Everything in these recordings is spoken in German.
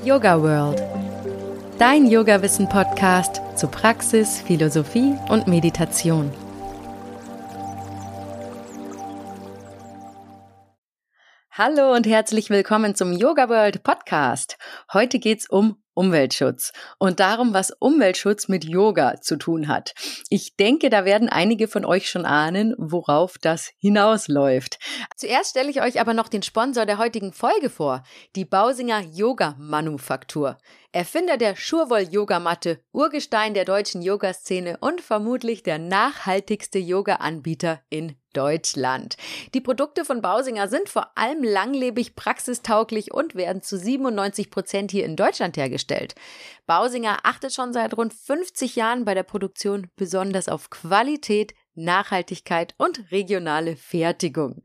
Yoga World. Dein Yoga-Wissen-Podcast zu Praxis, Philosophie und Meditation. Hallo und herzlich willkommen zum Yoga World Podcast. Heute geht's um Umweltschutz und darum, was Umweltschutz mit Yoga zu tun hat. Ich denke, da werden einige von euch schon ahnen, worauf das hinausläuft. Zuerst stelle ich euch aber noch den Sponsor der heutigen Folge vor, die Bausinger Yoga Manufaktur. Erfinder der Schurwoll-Yogamatte, Urgestein der deutschen Yoga-Szene und vermutlich der nachhaltigste Yoga-Anbieter in Deutschland. Die Produkte von Bausinger sind vor allem langlebig, praxistauglich und werden zu 97% hier in Deutschland hergestellt. Bausinger achtet schon seit rund 50 Jahren bei der Produktion besonders auf Qualität, Nachhaltigkeit und regionale Fertigung.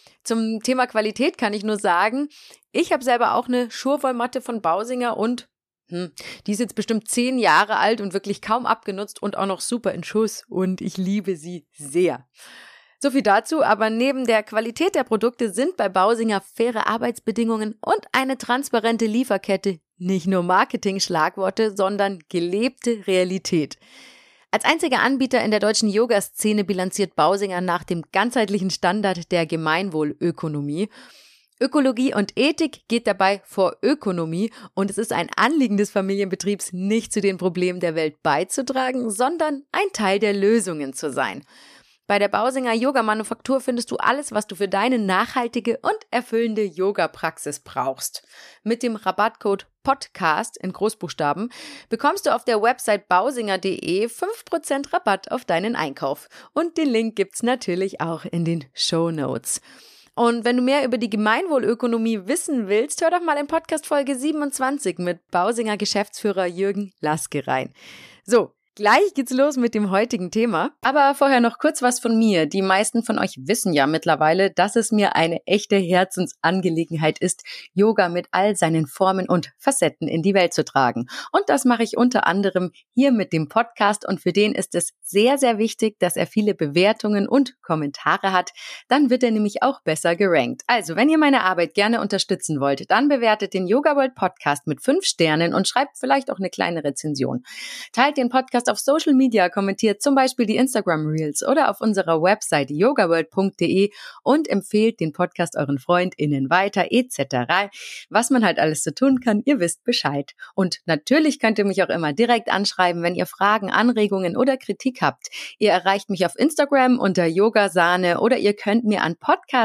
Zum Thema Qualität kann ich nur sagen, ich habe selber auch eine Schurwollmatte von Bausinger und die ist jetzt bestimmt 10 Jahre alt und wirklich kaum abgenutzt und auch noch super in Schuss und ich liebe sie sehr. So viel dazu, aber neben der Qualität der Produkte sind bei Bausinger faire Arbeitsbedingungen und eine transparente Lieferkette nicht nur Marketing-Schlagworte, sondern gelebte Realität. Als einziger Anbieter in der deutschen Yoga-Szene bilanziert Bausinger nach dem ganzheitlichen Standard der Gemeinwohlökonomie. Ökologie und Ethik geht dabei vor Ökonomie und es ist ein Anliegen des Familienbetriebs, nicht zu den Problemen der Welt beizutragen, sondern ein Teil der Lösungen zu sein. Bei der Bausinger Yoga Manufaktur findest du alles, was du für deine nachhaltige und erfüllende Yoga-Praxis brauchst. Mit dem Rabattcode PODCAST in Großbuchstaben bekommst du auf der Website bausinger.de 5% Rabatt auf deinen Einkauf. Und den Link gibt's natürlich auch in den Shownotes. Und wenn du mehr über die Gemeinwohlökonomie wissen willst, hör doch mal in Podcast Folge 27 mit Bausinger Geschäftsführer Jürgen Laske rein. So, gleich geht's los mit dem heutigen Thema. Aber vorher noch kurz was von mir. Die meisten von euch wissen ja mittlerweile, dass es mir eine echte Herzensangelegenheit ist, Yoga mit all seinen Formen und Facetten in die Welt zu tragen. Und das mache ich unter anderem hier mit dem Podcast und für den ist es sehr, sehr wichtig, dass er viele Bewertungen und Kommentare hat. Dann wird er nämlich auch besser gerankt. Also, wenn ihr meine Arbeit gerne unterstützen wollt, dann bewertet den Yoga World Podcast mit 5 Sternen und schreibt vielleicht auch eine kleine Rezension. Teilt den Podcast auf Social Media, kommentiert zum Beispiel die Instagram Reels oder auf unserer Website yogaworld.de und empfehlt den Podcast euren FreundInnen weiter etc. Was man halt alles so tun kann, ihr wisst Bescheid. Und natürlich könnt ihr mich auch immer direkt anschreiben, wenn ihr Fragen, Anregungen oder Kritik habt. Ihr erreicht mich auf Instagram unter yogasahne oder ihr könnt mir an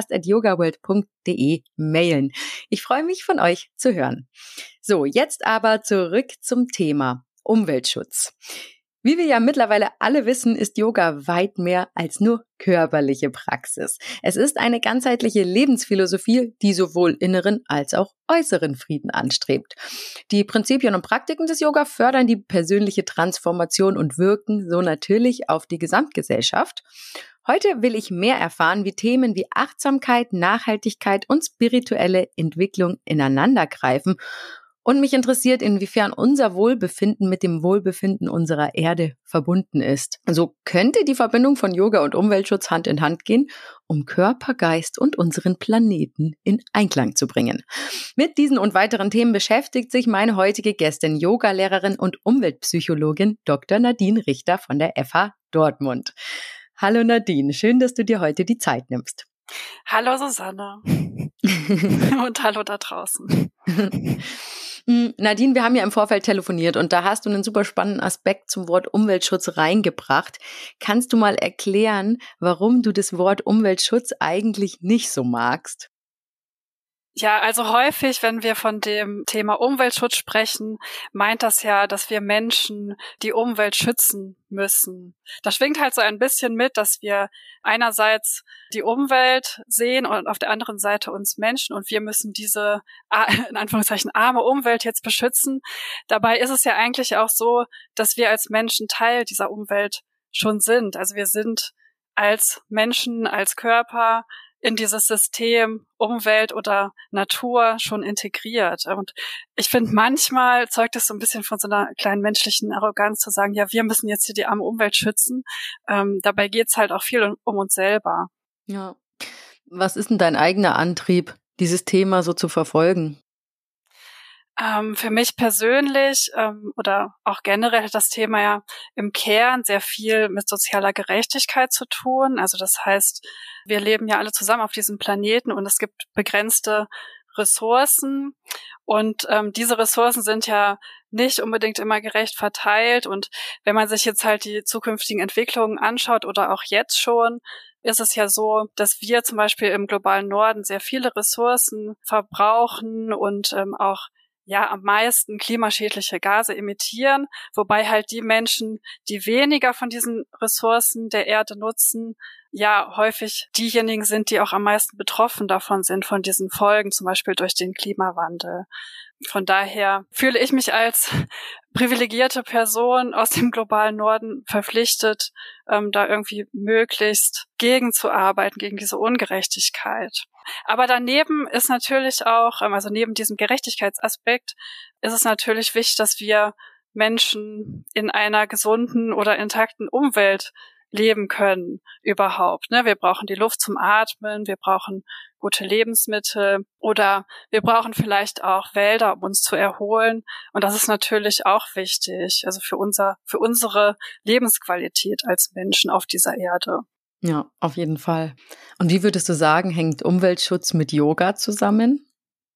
podcast@yogaworld.de mailen. Ich freue mich, von euch zu hören. So, jetzt aber zurück zum Thema Umweltschutz. Wie wir ja mittlerweile alle wissen, ist Yoga weit mehr als nur körperliche Praxis. Es ist eine ganzheitliche Lebensphilosophie, die sowohl inneren als auch äußeren Frieden anstrebt. Die Prinzipien und Praktiken des Yoga fördern die persönliche Transformation und wirken so natürlich auf die Gesamtgesellschaft. Heute will ich mehr erfahren, wie Themen wie Achtsamkeit, Nachhaltigkeit und spirituelle Entwicklung ineinander greifen. Und mich interessiert, inwiefern unser Wohlbefinden mit dem Wohlbefinden unserer Erde verbunden ist. So könnte die Verbindung von Yoga und Umweltschutz Hand in Hand gehen, um Körper, Geist und unseren Planeten in Einklang zu bringen. Mit diesen und weiteren Themen beschäftigt sich meine heutige Gästin, Yogalehrerin und Umweltpsychologin Dr. Nadine Richter von der FH Dortmund. Hallo Nadine, schön, dass du dir heute die Zeit nimmst. Hallo Susanne und hallo da draußen. Nadine, wir haben ja im Vorfeld telefoniert und da hast du einen super spannenden Aspekt zum Wort Umweltschutz reingebracht. Kannst du mal erklären, warum du das Wort Umweltschutz eigentlich nicht so magst? Ja, also häufig, wenn wir von dem Thema Umweltschutz sprechen, meint das ja, dass wir Menschen die Umwelt schützen müssen. Da schwingt halt so ein bisschen mit, dass wir einerseits die Umwelt sehen und auf der anderen Seite uns Menschen und wir müssen diese, in Anführungszeichen, arme Umwelt jetzt beschützen. Dabei ist es ja eigentlich auch so, dass wir als Menschen Teil dieser Umwelt schon sind. Also wir sind als Menschen, als Körper in dieses System Umwelt oder Natur schon integriert. Und ich finde, manchmal zeugt es so ein bisschen von so einer kleinen menschlichen Arroganz zu sagen, ja, wir müssen jetzt hier die arme Umwelt schützen. Dabei geht's halt auch viel um uns selber. Ja. Was ist denn dein eigener Antrieb, dieses Thema so zu verfolgen? Für mich persönlich oder auch generell hat das Thema ja im Kern sehr viel mit sozialer Gerechtigkeit zu tun. Also das heißt, wir leben ja alle zusammen auf diesem Planeten und es gibt begrenzte Ressourcen und diese Ressourcen sind ja nicht unbedingt immer gerecht verteilt und wenn man sich jetzt halt die zukünftigen Entwicklungen anschaut oder auch jetzt schon, ist es ja so, dass wir zum Beispiel im globalen Norden sehr viele Ressourcen verbrauchen und auch am meisten klimaschädliche Gase emittieren, wobei halt die Menschen, die weniger von diesen Ressourcen der Erde nutzen, häufig diejenigen sind, die auch am meisten betroffen davon sind, von diesen Folgen, zum Beispiel durch den Klimawandel. Von daher fühle ich mich als privilegierte Person aus dem globalen Norden verpflichtet, da irgendwie möglichst gegenzuarbeiten, gegen diese Ungerechtigkeit. Aber daneben ist natürlich auch, also neben diesem Gerechtigkeitsaspekt, ist es natürlich wichtig, dass wir Menschen in einer gesunden oder intakten Umwelt leben können überhaupt. Wir brauchen die Luft zum Atmen, wir brauchen gute Lebensmittel oder wir brauchen vielleicht auch Wälder, um uns zu erholen. Und das ist natürlich auch wichtig, also für unsere Lebensqualität als Menschen auf dieser Erde. Ja, auf jeden Fall. Und wie würdest du sagen, hängt Umweltschutz mit Yoga zusammen?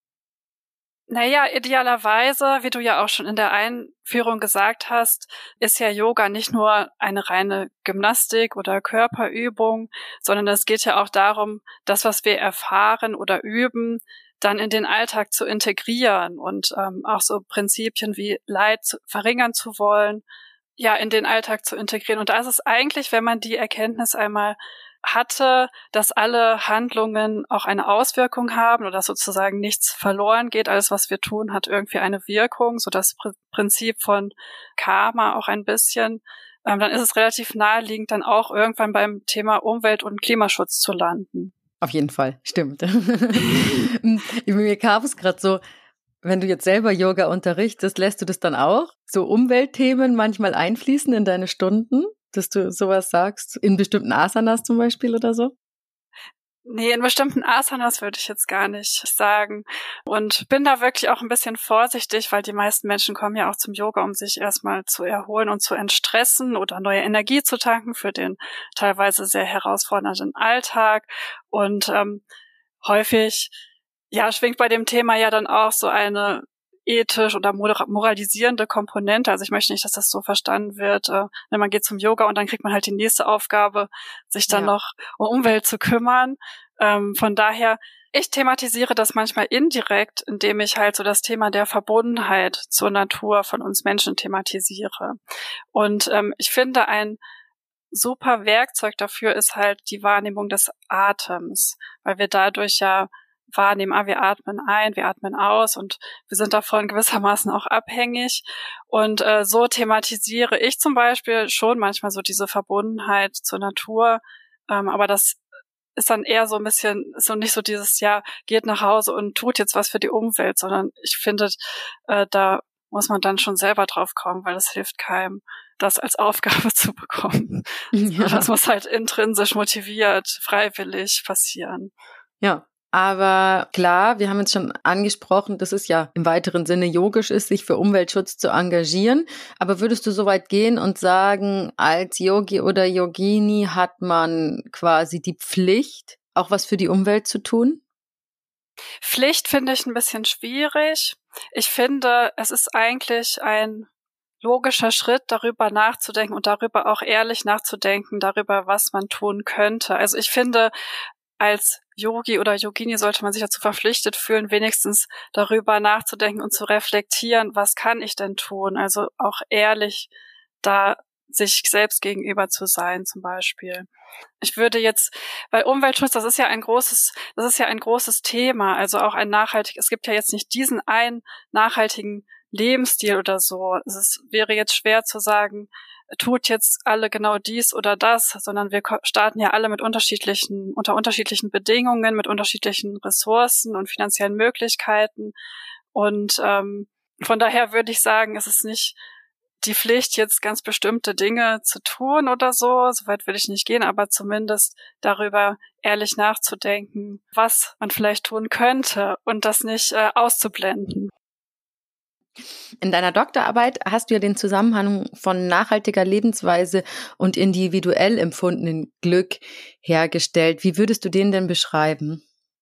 Naja, idealerweise, wie du ja auch schon in der Einführung gesagt hast, ist ja Yoga nicht nur eine reine Gymnastik oder Körperübung, sondern es geht ja auch darum, das, was wir erfahren oder üben, dann in den Alltag zu integrieren und auch so Prinzipien wie Leid verringern zu wollen, in den Alltag zu integrieren. Und da ist es eigentlich, wenn man die Erkenntnis einmal hatte, dass alle Handlungen auch eine Auswirkung haben oder dass sozusagen nichts verloren geht. Alles, was wir tun, hat irgendwie eine Wirkung, so das Prinzip von Karma auch ein bisschen. Dann ist es relativ naheliegend, dann auch irgendwann beim Thema Umwelt- und Klimaschutz zu landen. Auf jeden Fall, stimmt. Mir kam es gerade so, wenn du jetzt selber Yoga unterrichtest, lässt du das dann auch, so Umweltthemen manchmal einfließen in deine Stunden, dass du sowas sagst, in bestimmten Asanas zum Beispiel oder so? Nee, in bestimmten Asanas würde ich jetzt gar nicht sagen. Und bin da wirklich auch ein bisschen vorsichtig, weil die meisten Menschen kommen ja auch zum Yoga, um sich erstmal zu erholen und zu entstressen oder neue Energie zu tanken für den teilweise sehr herausfordernden Alltag. Und häufig schwingt bei dem Thema ja dann auch so eine ethisch oder moralisierende Komponente. Also ich möchte nicht, dass das so verstanden wird, man geht zum Yoga und dann kriegt man halt die nächste Aufgabe, sich dann noch um Umwelt zu kümmern. Von daher, ich thematisiere das manchmal indirekt, indem ich halt so das Thema der Verbundenheit zur Natur von uns Menschen thematisiere. Und ich finde, ein super Werkzeug dafür ist halt die Wahrnehmung des Atems, weil wir dadurch ja wahrnehmen, wir atmen ein, wir atmen aus und wir sind davon gewissermaßen auch abhängig. Und so thematisiere ich zum Beispiel schon manchmal so diese Verbundenheit zur Natur, aber das ist dann eher so ein bisschen, so nicht so dieses, geht nach Hause und tut jetzt was für die Umwelt, sondern ich finde, da muss man dann schon selber drauf kommen, weil es hilft keinem, das als Aufgabe zu bekommen. Ja. Das muss halt intrinsisch motiviert, freiwillig passieren. Ja, aber klar, wir haben jetzt schon angesprochen, dass es ja im weiteren Sinne yogisch ist, sich für Umweltschutz zu engagieren. Aber würdest du so weit gehen und sagen, als Yogi oder Yogini hat man quasi die Pflicht, auch was für die Umwelt zu tun? Pflicht finde ich ein bisschen schwierig. Ich finde, es ist eigentlich ein logischer Schritt, darüber nachzudenken und darüber auch ehrlich nachzudenken, darüber, was man tun könnte. Also ich finde, als Yogi oder Yogini sollte man sich dazu verpflichtet fühlen, wenigstens darüber nachzudenken und zu reflektieren, was kann ich denn tun? Also auch ehrlich da sich selbst gegenüber zu sein, zum Beispiel. Ich würde jetzt, weil Umweltschutz, das ist ja ein großes Thema, also auch es gibt ja jetzt nicht diesen einen nachhaltigen Lebensstil oder so. Wäre jetzt schwer zu sagen, tut jetzt alle genau dies oder das, sondern wir starten ja alle unter unterschiedlichen Bedingungen, mit unterschiedlichen Ressourcen und finanziellen Möglichkeiten. Und von daher würde ich sagen, es ist nicht die Pflicht, jetzt ganz bestimmte Dinge zu tun oder so. Soweit will ich nicht gehen, aber zumindest darüber ehrlich nachzudenken, was man vielleicht tun könnte und das nicht auszublenden. In deiner Doktorarbeit hast du ja den Zusammenhang von nachhaltiger Lebensweise und individuell empfundenen Glück hergestellt. Wie würdest du den denn beschreiben?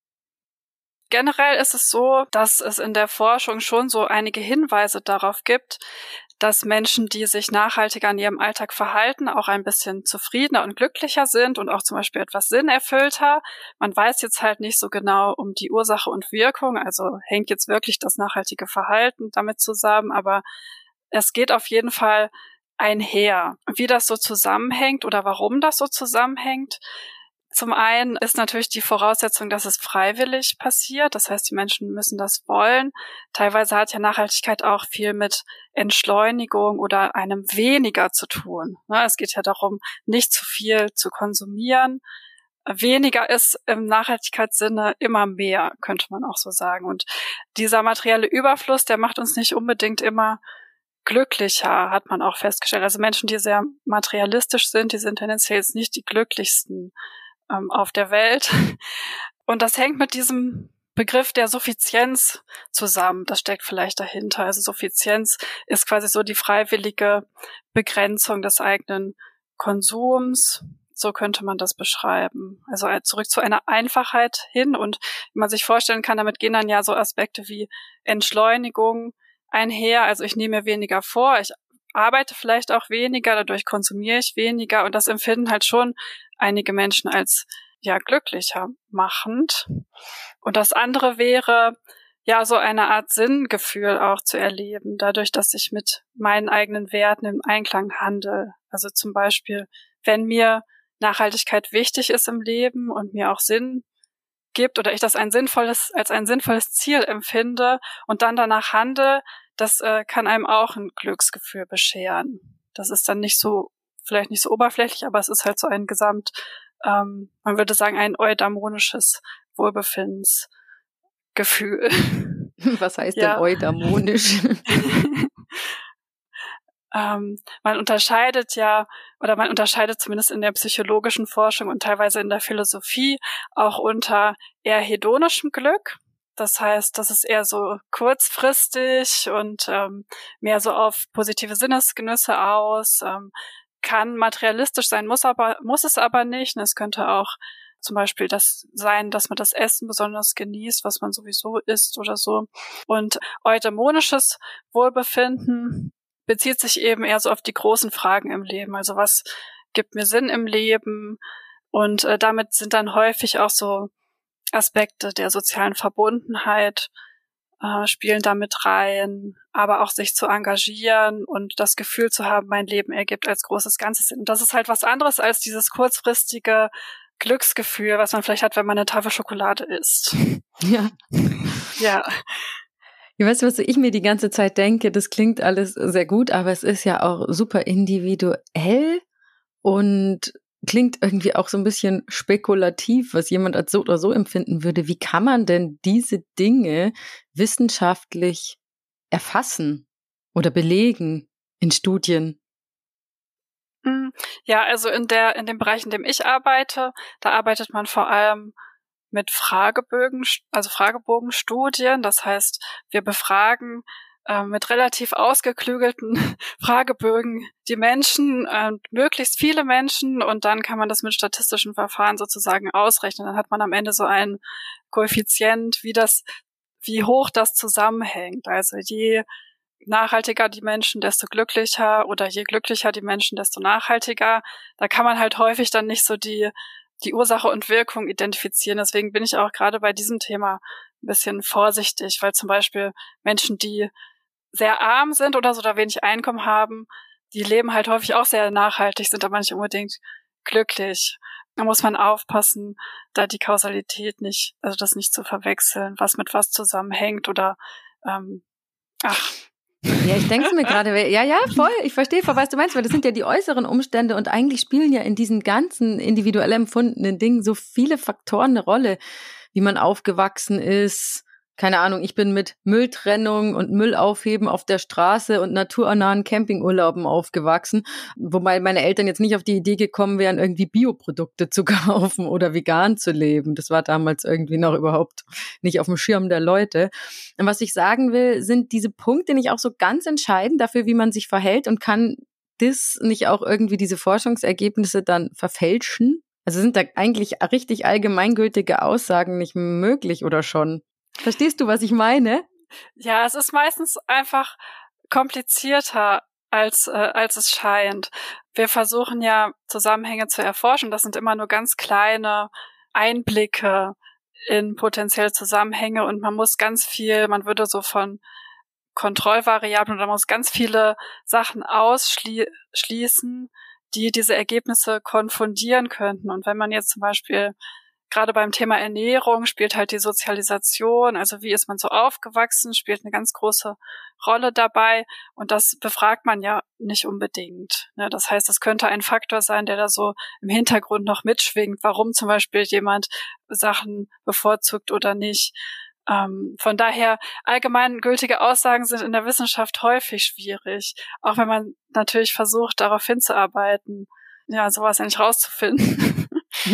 Generell ist es so, dass es in der Forschung schon so einige Hinweise darauf gibt, dass Menschen, die sich nachhaltiger in ihrem Alltag verhalten, auch ein bisschen zufriedener und glücklicher sind und auch zum Beispiel etwas sinnerfüllter. Man weiß jetzt halt nicht so genau um die Ursache und Wirkung, also hängt jetzt wirklich das nachhaltige Verhalten damit zusammen, aber es geht auf jeden Fall einher. Wie das so zusammenhängt oder warum das so zusammenhängt, zum einen ist natürlich die Voraussetzung, dass es freiwillig passiert. Das heißt, die Menschen müssen das wollen. Teilweise hat ja Nachhaltigkeit auch viel mit Entschleunigung oder einem weniger zu tun. Es geht ja darum, nicht zu viel zu konsumieren. Weniger ist im Nachhaltigkeitssinne immer mehr, könnte man auch so sagen. Und dieser materielle Überfluss, der macht uns nicht unbedingt immer glücklicher, hat man auch festgestellt. Also Menschen, die sehr materialistisch sind, die sind tendenziell jetzt nicht die glücklichsten auf der Welt. Und das hängt mit diesem Begriff der Suffizienz zusammen. Das steckt vielleicht dahinter. Also Suffizienz ist quasi so die freiwillige Begrenzung des eigenen Konsums. So könnte man das beschreiben. Also zurück zu einer Einfachheit hin. Und wie man sich vorstellen kann, damit gehen dann ja so Aspekte wie Entschleunigung einher. Also ich nehme mir weniger vor, ich arbeite vielleicht auch weniger, dadurch konsumiere ich weniger. Und das empfinden halt schon einige Menschen als ja glücklicher machend. Und das andere wäre ja so eine Art Sinngefühl auch zu erleben, dadurch, dass ich mit meinen eigenen Werten im Einklang handle. Also zum Beispiel, wenn mir Nachhaltigkeit wichtig ist im Leben und mir auch Sinn gibt oder ich das als ein sinnvolles Ziel empfinde und dann danach handle, das kann einem auch ein Glücksgefühl bescheren. Das ist dann vielleicht nicht so oberflächlich, aber es ist halt so ein man würde sagen, ein eudaimonisches Wohlbefindensgefühl. Was heißt denn eudaimonisch? Man unterscheidet zumindest in der psychologischen Forschung und teilweise in der Philosophie auch unter eher hedonischem Glück. Das heißt, das ist eher so kurzfristig und mehr so auf positive Sinnesgenüsse aus, kann materialistisch sein, muss es aber nicht. Es könnte auch zum Beispiel das sein, dass man das Essen besonders genießt, was man sowieso isst oder so. Und eudaimonisches Wohlbefinden bezieht sich eben eher so auf die großen Fragen im Leben. Also was gibt mir Sinn im Leben? Und damit sind dann häufig auch so Aspekte der sozialen Verbundenheit spielen damit rein, aber auch sich zu engagieren und das Gefühl zu haben, mein Leben ergibt als großes Ganzes Sinn. Und das ist halt was anderes als dieses kurzfristige Glücksgefühl, was man vielleicht hat, wenn man eine Tafel Schokolade isst. Ja. Ja. Ja, weißt du, was ich mir die ganze Zeit denke? Das klingt alles sehr gut, aber es ist ja auch super individuell und klingt irgendwie auch so ein bisschen spekulativ, was jemand als so oder so empfinden würde. Wie kann man denn diese Dinge wissenschaftlich erfassen oder belegen in Studien? Ja, also in dem Bereich, in dem ich arbeite, da arbeitet man vor allem mit Fragebogenstudien. Das heißt, wir befragen mit relativ ausgeklügelten Fragebögen die Menschen, möglichst viele Menschen, und dann kann man das mit statistischen Verfahren sozusagen ausrechnen. Dann hat man am Ende so einen Koeffizient, wie hoch das zusammenhängt. Also je nachhaltiger die Menschen, desto glücklicher, oder je glücklicher die Menschen, desto nachhaltiger. Da kann man halt häufig dann nicht so die Ursache und Wirkung identifizieren. Deswegen bin ich auch gerade bei diesem Thema ein bisschen vorsichtig, weil zum Beispiel Menschen, die sehr arm sind oder so, oder wenig Einkommen haben, die leben halt häufig auch sehr nachhaltig, sind aber nicht unbedingt glücklich. Da muss man aufpassen, da die Kausalität das nicht zu verwechseln, was mit was zusammenhängt oder Ja, ich denke mir gerade, ja, voll, ich verstehe voll, was du meinst, weil das sind ja die äußeren Umstände und eigentlich spielen ja in diesen ganzen individuell empfundenen Dingen so viele Faktoren eine Rolle, wie man aufgewachsen ist, keine Ahnung, ich bin mit Mülltrennung und Müllaufheben auf der Straße und naturnahen Campingurlauben aufgewachsen, wobei meine Eltern jetzt nicht auf die Idee gekommen wären, irgendwie Bioprodukte zu kaufen oder vegan zu leben. Das war damals irgendwie noch überhaupt nicht auf dem Schirm der Leute. Und was ich sagen will, sind diese Punkte nicht auch so ganz entscheidend dafür, wie man sich verhält, und kann das nicht auch irgendwie diese Forschungsergebnisse dann verfälschen? Also sind da eigentlich richtig allgemeingültige Aussagen nicht möglich oder schon? Verstehst du, was ich meine? Ja, es ist meistens einfach komplizierter, als es scheint. Wir versuchen ja, Zusammenhänge zu erforschen. Das sind immer nur ganz kleine Einblicke in potenzielle Zusammenhänge, und man würde so von Kontrollvariablen, oder man muss ganz viele Sachen ausschließen, die diese Ergebnisse konfundieren könnten. Und wenn man jetzt zum Beispiel gerade beim Thema Ernährung spielt halt die Sozialisation, also wie ist man so aufgewachsen, spielt eine ganz große Rolle dabei, und das befragt man ja nicht unbedingt. Das heißt, das könnte ein Faktor sein, der da so im Hintergrund noch mitschwingt, warum zum Beispiel jemand Sachen bevorzugt oder nicht. Von daher, allgemeingültige Aussagen sind in der Wissenschaft häufig schwierig, auch wenn man natürlich versucht, darauf hinzuarbeiten, ja, sowas eigentlich rauszufinden.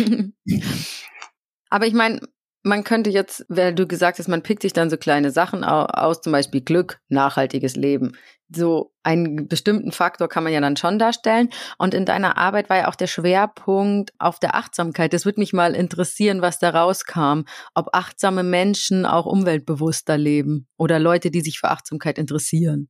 Aber ich meine, man könnte jetzt, weil du gesagt hast, man pickt sich dann so kleine Sachen aus, zum Beispiel Glück, nachhaltiges Leben. So einen bestimmten Faktor kann man ja dann schon darstellen. Und in deiner Arbeit war ja auch der Schwerpunkt auf der Achtsamkeit. Das würde mich mal interessieren, was da rauskam. Ob achtsame Menschen auch umweltbewusster leben oder Leute, die sich für Achtsamkeit interessieren.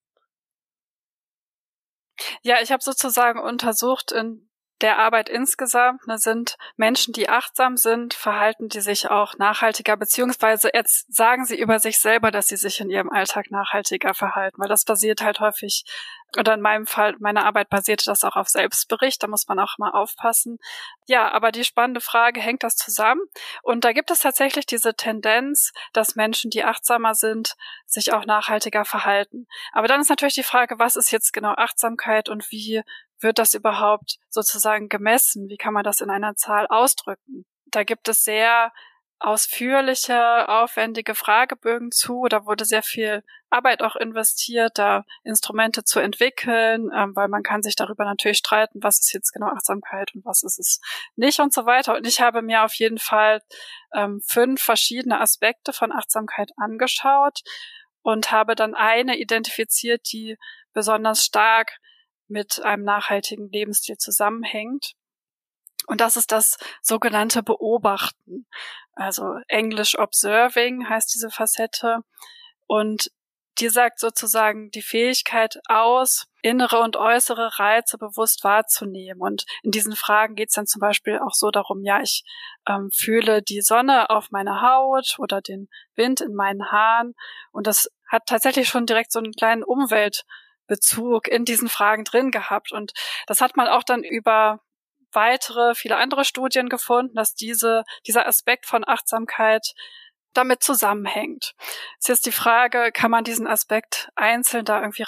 Ja, ich habe sozusagen untersucht in der Arbeit insgesamt, sind Menschen, die achtsam sind, verhalten die sich auch nachhaltiger, beziehungsweise jetzt sagen sie über sich selber, dass sie sich in ihrem Alltag nachhaltiger verhalten, weil das basiert halt häufig, oder in meinem Fall, meine Arbeit basierte das auch auf Selbstbericht, da muss man auch mal aufpassen. Ja, aber die spannende Frage, hängt das zusammen? Und da gibt es tatsächlich diese Tendenz, dass Menschen, die achtsamer sind, sich auch nachhaltiger verhalten. Aber dann ist natürlich die Frage, was ist jetzt genau Achtsamkeit und wie wird das überhaupt sozusagen gemessen? Wie kann man das in einer Zahl ausdrücken? Da gibt es sehr ausführliche, aufwendige Fragebögen zu. Da wurde sehr viel Arbeit auch investiert, da Instrumente zu entwickeln, weil man kann sich darüber natürlich streiten, was ist jetzt genau Achtsamkeit und was ist es nicht und so weiter. Und ich habe mir auf jeden Fall 5 verschiedene Aspekte von Achtsamkeit angeschaut und habe dann eine identifiziert, die besonders stark mit einem nachhaltigen Lebensstil zusammenhängt. Und das ist das sogenannte Beobachten. Also Englisch Observing heißt diese Facette. Und die sagt sozusagen die Fähigkeit aus, innere und äußere Reize bewusst wahrzunehmen. Und in diesen Fragen geht es dann zum Beispiel auch so darum, ja, ich fühle die Sonne auf meiner Haut oder den Wind in meinen Haaren. Und das hat tatsächlich schon direkt so einen kleinen Umweltbezug in diesen Fragen drin gehabt. Und das hat man auch dann über viele andere Studien gefunden, dass dieser Aspekt von Achtsamkeit damit zusammenhängt. Es ist jetzt die Frage, kann man diesen Aspekt einzeln da irgendwie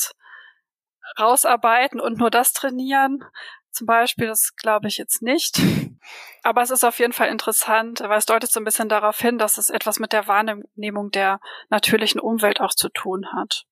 rausarbeiten und nur das trainieren? Zum Beispiel, das glaube ich jetzt nicht. Aber es ist auf jeden Fall interessant, weil es deutet so ein bisschen darauf hin, dass es etwas mit der Wahrnehmung der natürlichen Umwelt auch zu tun hat.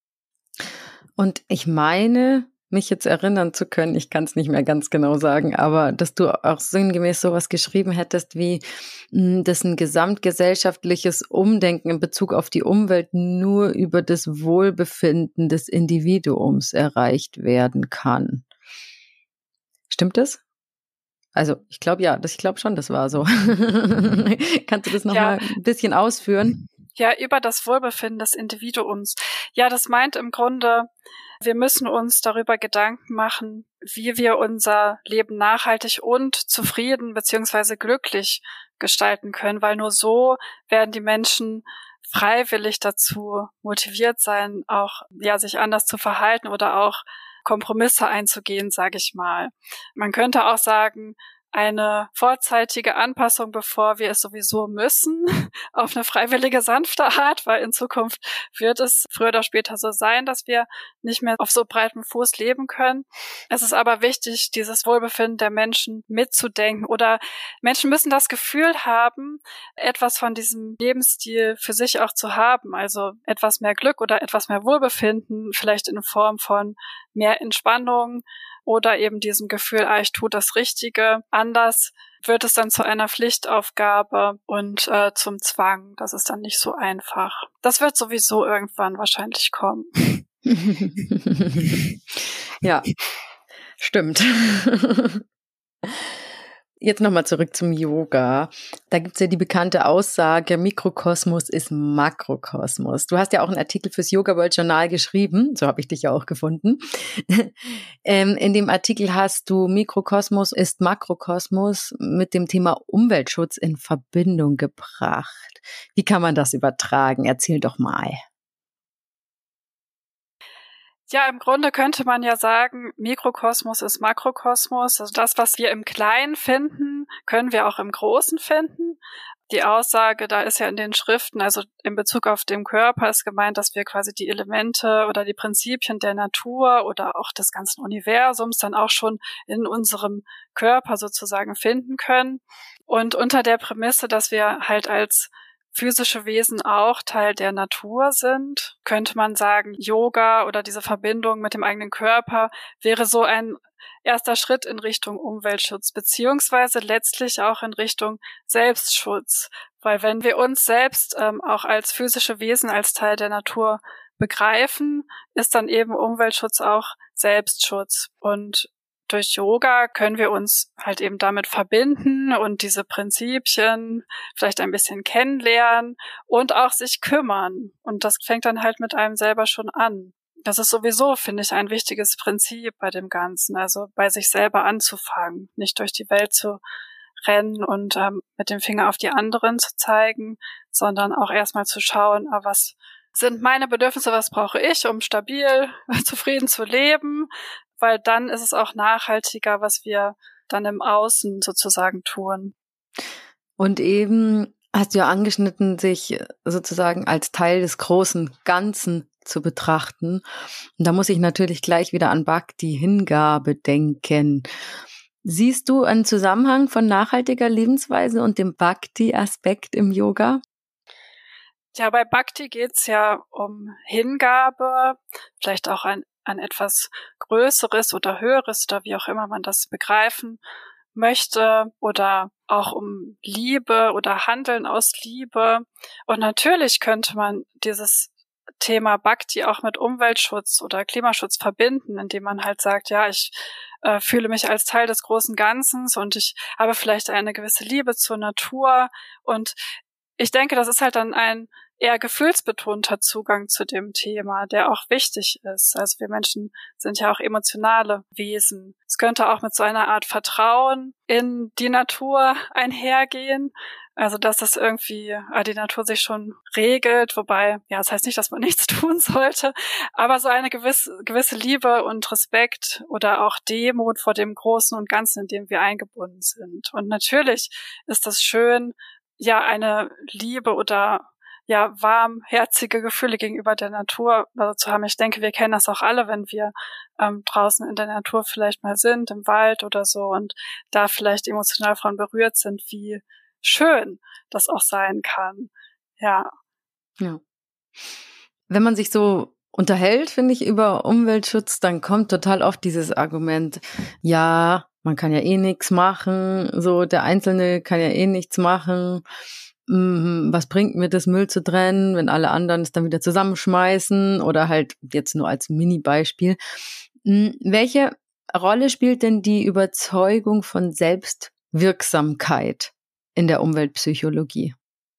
Und ich meine, mich jetzt erinnern zu können, ich kann es nicht mehr ganz genau sagen, aber dass du auch sinngemäß sowas geschrieben hättest, wie dass ein gesamtgesellschaftliches Umdenken in Bezug auf die Umwelt nur über das Wohlbefinden des Individuums erreicht werden kann. Stimmt das? Also ich glaube ja, ich glaube schon, das war so. Kannst du das nochmal ein bisschen ausführen? Ja, über das Wohlbefinden des Individuums. Ja, das meint im Grunde, wir müssen uns darüber Gedanken machen, wie wir unser Leben nachhaltig und zufrieden bzw. glücklich gestalten können, weil nur so werden die Menschen freiwillig dazu motiviert sein, auch sich anders zu verhalten oder auch Kompromisse einzugehen, sage ich mal. Man könnte auch sagen, eine vorzeitige Anpassung, bevor wir es sowieso müssen, auf eine freiwillige, sanfte Art, weil in Zukunft wird es früher oder später so sein, dass wir nicht mehr auf so breitem Fuß leben können. Es ist aber wichtig, dieses Wohlbefinden der Menschen mitzudenken, oder Menschen müssen das Gefühl haben, etwas von diesem Lebensstil für sich auch zu haben, also etwas mehr Glück oder etwas mehr Wohlbefinden, vielleicht in Form von mehr Entspannung oder eben diesem Gefühl, ich tue das Richtige. Anders wird es dann zu einer Pflichtaufgabe und zum Zwang. Das ist dann nicht so einfach. Das wird sowieso irgendwann wahrscheinlich kommen. Ja, stimmt. Jetzt nochmal zurück zum Yoga. Da gibt's ja die bekannte Aussage, Mikrokosmos ist Makrokosmos. Du hast ja auch einen Artikel fürs Yoga World Journal geschrieben, so habe ich dich ja auch gefunden. In dem Artikel hast du Mikrokosmos ist Makrokosmos mit dem Thema Umweltschutz in Verbindung gebracht. Wie kann man das übertragen? Erzähl doch mal. Ja, im Grunde könnte man ja sagen, Mikrokosmos ist Makrokosmos. Also das, was wir im Kleinen finden, können wir auch im Großen finden. Die Aussage, da ist ja in den Schriften, also in Bezug auf den Körper ist gemeint, dass wir quasi die Elemente oder die Prinzipien der Natur oder auch des ganzen Universums dann auch schon in unserem Körper sozusagen finden können. Und unter der Prämisse, dass wir halt als physische Wesen auch Teil der Natur sind, könnte man sagen, Yoga oder diese Verbindung mit dem eigenen Körper wäre so ein erster Schritt in Richtung Umweltschutz, beziehungsweise letztlich auch in Richtung Selbstschutz. Weil wenn wir uns selbst auch als physische Wesen, als Teil der Natur begreifen, ist dann eben Umweltschutz auch Selbstschutz. Und durch Yoga können wir uns halt eben damit verbinden und diese Prinzipien vielleicht ein bisschen kennenlernen und auch sich kümmern. Und das fängt dann halt mit einem selber schon an. Das ist sowieso, finde ich, ein wichtiges Prinzip bei dem Ganzen, also bei sich selber anzufangen, nicht durch die Welt zu rennen und mit dem Finger auf die anderen zu zeigen, sondern auch erstmal zu schauen, was sind meine Bedürfnisse, was brauche ich, um stabil, zufrieden zu leben, weil dann ist es auch nachhaltiger, was wir dann im Außen sozusagen tun. Und eben hast du ja angeschnitten, sich sozusagen als Teil des großen Ganzen zu betrachten. Und da muss ich natürlich gleich wieder an Bhakti, Hingabe denken. Siehst du einen Zusammenhang von nachhaltiger Lebensweise und dem Bhakti-Aspekt im Yoga? Ja, bei Bhakti geht's ja um Hingabe, vielleicht auch ein etwas Größeres oder Höheres oder wie auch immer man das begreifen möchte, oder auch um Liebe oder Handeln aus Liebe. Und natürlich könnte man dieses Thema Bhakti auch mit Umweltschutz oder Klimaschutz verbinden, indem man halt sagt, ja, ich fühle mich als Teil des großen Ganzen und ich habe vielleicht eine gewisse Liebe zur Natur. Und ich denke, das ist halt dann ein eher gefühlsbetonter Zugang zu dem Thema, der auch wichtig ist. Also wir Menschen sind ja auch emotionale Wesen. Es könnte auch mit so einer Art Vertrauen in die Natur einhergehen. Also dass das irgendwie die Natur sich schon regelt, wobei, ja, das heißt nicht, dass man nichts tun sollte, aber so eine gewisse Liebe und Respekt oder auch Demut vor dem Großen und Ganzen, in dem wir eingebunden sind. Und natürlich ist das schön, ja, eine Liebe oder ja, warmherzige Gefühle gegenüber der Natur zu haben. Ich denke, wir kennen das auch alle, wenn wir draußen in der Natur vielleicht mal sind, im Wald oder so, und da vielleicht emotional von berührt sind, wie schön das auch sein kann. Ja. Ja. Wenn man sich so unterhält, finde ich, über Umweltschutz, dann kommt total oft dieses Argument, ja, man kann ja eh nichts machen, so der Einzelne kann ja eh nichts machen. Was bringt mir das, Müll zu trennen, wenn alle anderen es dann wieder zusammenschmeißen, oder halt jetzt nur als Mini-Beispiel. Welche Rolle spielt denn die Überzeugung von Selbstwirksamkeit in der Umweltpsychologie?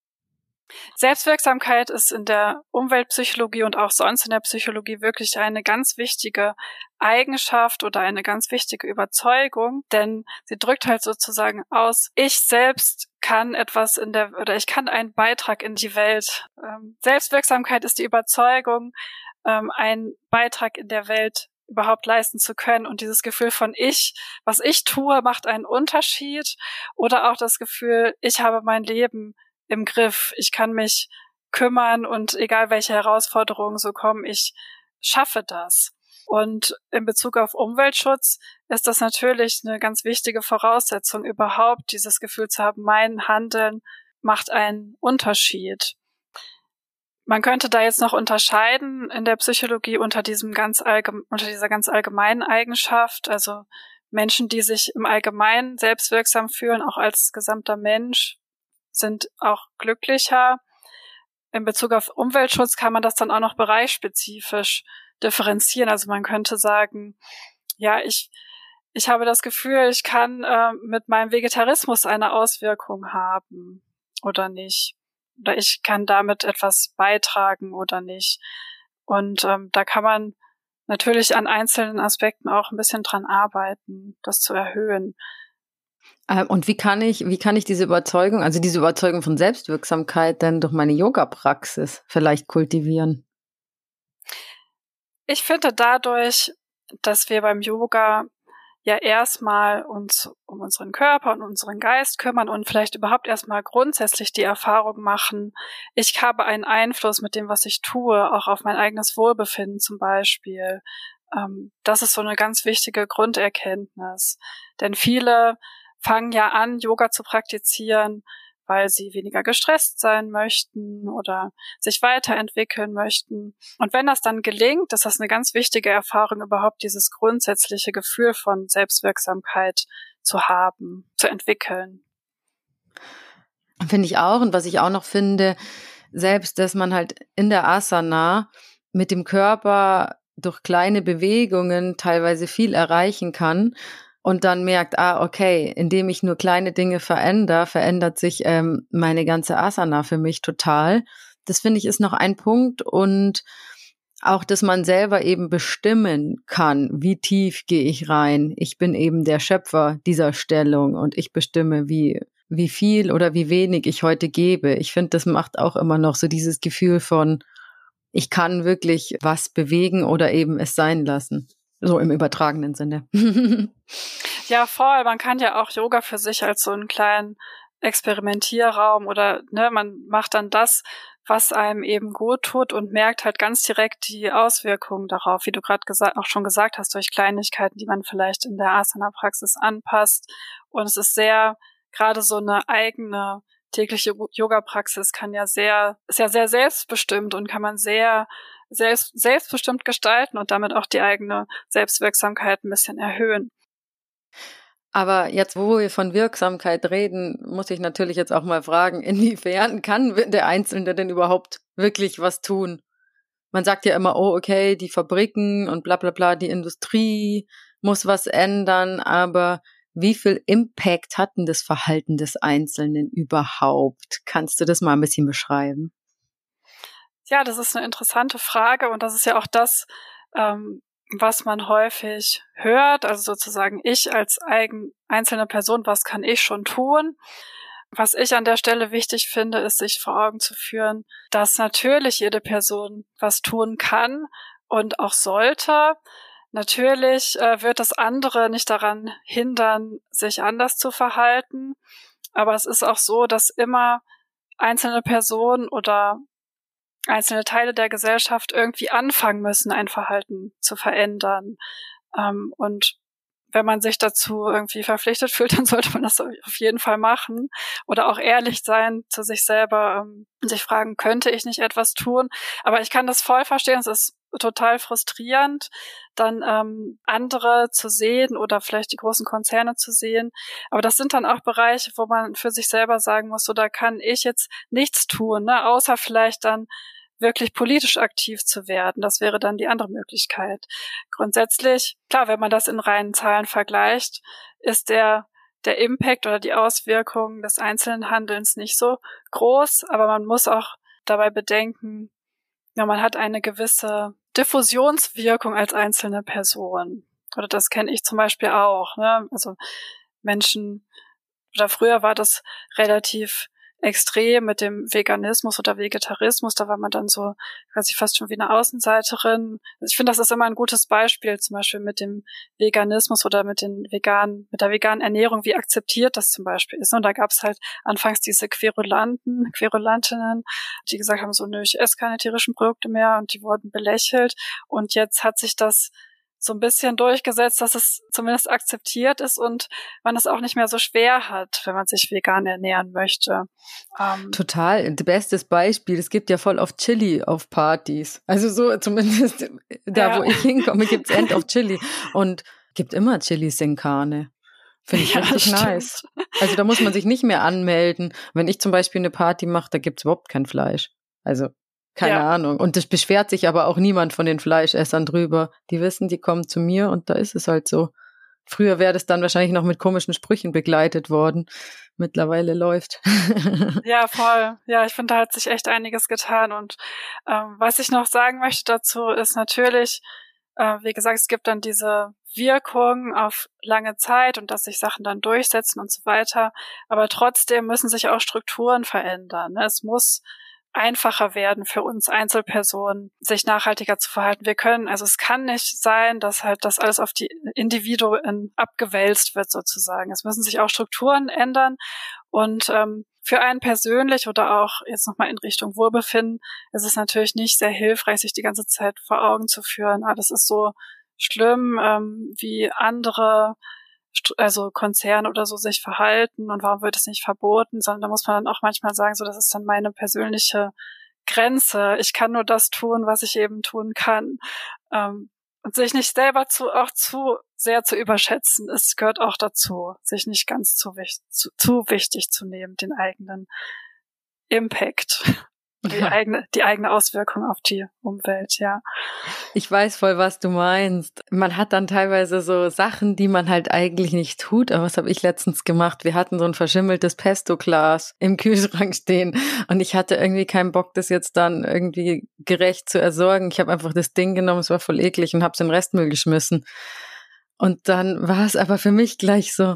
Selbstwirksamkeit ist in der Umweltpsychologie und auch sonst in der Psychologie wirklich eine ganz wichtige Eigenschaft oder eine ganz wichtige Überzeugung, denn sie drückt halt sozusagen aus, ich selbst kann etwas ich kann einen Beitrag in die Welt. Selbstwirksamkeit ist die Überzeugung, einen Beitrag in der Welt überhaupt leisten zu können. Und dieses Gefühl von was ich tue, macht einen Unterschied. Oder auch das Gefühl, ich habe mein Leben im Griff. Ich kann mich kümmern und egal welche Herausforderungen so kommen, ich schaffe das. Und in Bezug auf Umweltschutz ist das natürlich eine ganz wichtige Voraussetzung, überhaupt dieses Gefühl zu haben, mein Handeln macht einen Unterschied. Man könnte da jetzt noch unterscheiden in der Psychologie unter dieser ganz allgemeinen Eigenschaft, also Menschen, die sich im Allgemeinen selbstwirksam fühlen, auch als gesamter Mensch, sind auch glücklicher. In Bezug auf Umweltschutz kann man das dann auch noch bereichsspezifisch differenzieren. Also man könnte sagen, ja, ich habe das Gefühl, ich kann mit meinem Vegetarismus eine Auswirkung haben oder nicht. Oder ich kann damit etwas beitragen oder nicht. Und da kann man natürlich an einzelnen Aspekten auch ein bisschen dran arbeiten, das zu erhöhen. Und wie kann ich diese Überzeugung von Selbstwirksamkeit denn durch meine Yoga-Praxis vielleicht kultivieren? Ich finde dadurch, dass wir beim Yoga ja erstmal uns um unseren Körper und unseren Geist kümmern und vielleicht überhaupt erstmal grundsätzlich die Erfahrung machen, ich habe einen Einfluss mit dem, was ich tue, auch auf mein eigenes Wohlbefinden zum Beispiel. Das ist so eine ganz wichtige Grunderkenntnis. Denn viele fangen ja an, Yoga zu praktizieren, weil sie weniger gestresst sein möchten oder sich weiterentwickeln möchten. Und wenn das dann gelingt, ist das eine ganz wichtige Erfahrung, überhaupt dieses grundsätzliche Gefühl von Selbstwirksamkeit zu haben, zu entwickeln. Finde ich auch. Und was ich auch noch finde, selbst, dass man halt in der Asana mit dem Körper durch kleine Bewegungen teilweise viel erreichen kann und dann merkt, okay, indem ich nur kleine Dinge verändere, verändert sich meine ganze Asana für mich total. Das finde ich ist noch ein Punkt und auch, dass man selber eben bestimmen kann, wie tief gehe ich rein. Ich bin eben der Schöpfer dieser Stellung und ich bestimme, wie viel oder wie wenig ich heute gebe. Ich finde, das macht auch immer noch so dieses Gefühl von, ich kann wirklich was bewegen oder eben es sein lassen. So im übertragenen Sinne. Ja, voll. Man kann ja auch Yoga für sich als so einen kleinen Experimentierraum oder man macht dann das, was einem eben gut tut und merkt halt ganz direkt die Auswirkungen darauf, wie du gerade auch schon gesagt hast, durch Kleinigkeiten, die man vielleicht in der Asana-Praxis anpasst. Und es ist gerade so eine eigene tägliche Yoga-Praxis ist ja sehr selbstbestimmt und kann man sehr selbstbestimmt gestalten und damit auch die eigene Selbstwirksamkeit ein bisschen erhöhen. Aber jetzt, wo wir von Wirksamkeit reden, muss ich natürlich jetzt auch mal fragen, inwiefern kann der Einzelne denn überhaupt wirklich was tun? Man sagt ja immer, okay, die Fabriken und bla bla bla, die Industrie muss was ändern, aber wie viel Impact hat denn das Verhalten des Einzelnen überhaupt? Kannst du das mal ein bisschen beschreiben? Ja, das ist eine interessante Frage und das ist ja auch das, was man häufig hört, also sozusagen ich als einzelne Person, was kann ich schon tun? Was ich an der Stelle wichtig finde, ist, sich vor Augen zu führen, dass natürlich jede Person was tun kann und auch sollte. Natürlich wird das andere nicht daran hindern, sich anders zu verhalten, aber es ist auch so, dass immer einzelne Personen oder einzelne Teile der Gesellschaft irgendwie anfangen müssen, ein Verhalten zu verändern. Und wenn man sich dazu irgendwie verpflichtet fühlt, dann sollte man das auf jeden Fall machen oder auch ehrlich sein zu sich selber und sich fragen, könnte ich nicht etwas tun? Aber ich kann das voll verstehen, es ist total frustrierend, dann andere zu sehen oder vielleicht die großen Konzerne zu sehen. Aber das sind dann auch Bereiche, wo man für sich selber sagen muss, so da kann ich jetzt nichts tun, ne? Außer vielleicht dann wirklich politisch aktiv zu werden. Das wäre dann die andere Möglichkeit. Grundsätzlich, klar, wenn man das in reinen Zahlen vergleicht, ist der Impact oder die Auswirkungen des einzelnen Handelns nicht so groß, aber man muss auch dabei bedenken, ja, man hat eine gewisse Diffusionswirkung als einzelne Person. Oder das kenne ich zum Beispiel auch, ne? Also Menschen, oder früher war das relativ extrem mit dem Veganismus oder Vegetarismus. Da war man dann so quasi fast schon wie eine Außenseiterin. Also ich finde, das ist immer ein gutes Beispiel, zum Beispiel mit dem Veganismus oder mit der veganen Ernährung, wie akzeptiert das zum Beispiel ist. Und da gab es halt anfangs diese Querulantinnen, die gesagt haben, so, nö, ich esse keine tierischen Produkte mehr, und die wurden belächelt. Und jetzt hat sich das so ein bisschen durchgesetzt, dass es zumindest akzeptiert ist und man es auch nicht mehr so schwer hat, wenn man sich vegan ernähren möchte. Total. Bestes Beispiel, es gibt ja voll oft Chili auf Partys. Also so zumindest da, wo ich hinkomme, gibt's End of Chili. Und gibt immer Chili sin Carne. Finde ich richtig nice. Also da muss man sich nicht mehr anmelden. Wenn ich zum Beispiel eine Party mache, da gibt's überhaupt kein Fleisch. Also keine Ahnung. Und das beschwert sich aber auch niemand von den Fleischessern drüber. Die wissen, die kommen zu mir und da ist es halt so. Früher wäre das dann wahrscheinlich noch mit komischen Sprüchen begleitet worden. Mittlerweile läuft. Ja, voll. Ja, ich finde, da hat sich echt einiges getan. Und was ich noch sagen möchte dazu ist natürlich, wie gesagt, es gibt dann diese Wirkung auf lange Zeit und dass sich Sachen dann durchsetzen und so weiter. Aber trotzdem müssen sich auch Strukturen verändern. Es muss einfacher werden für uns Einzelpersonen, sich nachhaltiger zu verhalten. Es kann nicht sein, dass halt das alles auf die Individuen abgewälzt wird sozusagen. Es müssen sich auch Strukturen ändern und für einen persönlich oder auch jetzt nochmal in Richtung Wohlbefinden ist es natürlich nicht sehr hilfreich, sich die ganze Zeit vor Augen zu führen. Das ist so schlimm, wie andere Konzerne oder so sich verhalten und warum wird es nicht verboten, sondern da muss man dann auch manchmal sagen, so, das ist dann meine persönliche Grenze. Ich kann nur das tun, was ich eben tun kann. Und sich nicht selber zu sehr zu überschätzen, es gehört auch dazu, sich nicht ganz zu wichtig zu nehmen, den eigenen Impact. Die eigene Auswirkung auf die Umwelt, ja. Ich weiß voll, was du meinst. Man hat dann teilweise so Sachen, die man halt eigentlich nicht tut. Aber was habe ich letztens gemacht? Wir hatten so ein verschimmeltes Pesto-Glas im Kühlschrank stehen. Und ich hatte irgendwie keinen Bock, das jetzt dann irgendwie gerecht zu entsorgen. Ich habe einfach das Ding genommen, es war voll eklig und habe es in den Restmüll geschmissen. Und dann war es aber für mich gleich so,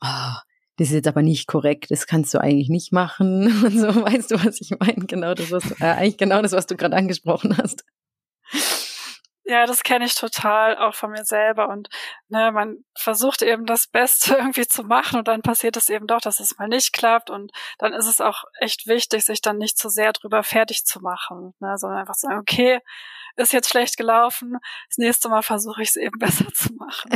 das ist jetzt aber nicht korrekt, das kannst du eigentlich nicht machen. Und so, weißt du, was ich meine? Eigentlich genau das, was du gerade angesprochen hast. Ja, das kenne ich total, auch von mir selber. Und man versucht eben das Beste irgendwie zu machen und dann passiert es eben doch, dass es mal nicht klappt. Und dann ist es auch echt wichtig, sich dann nicht zu sehr drüber fertig zu machen, sondern einfach zu sagen, okay, ist jetzt schlecht gelaufen, das nächste Mal versuche ich es eben besser zu machen.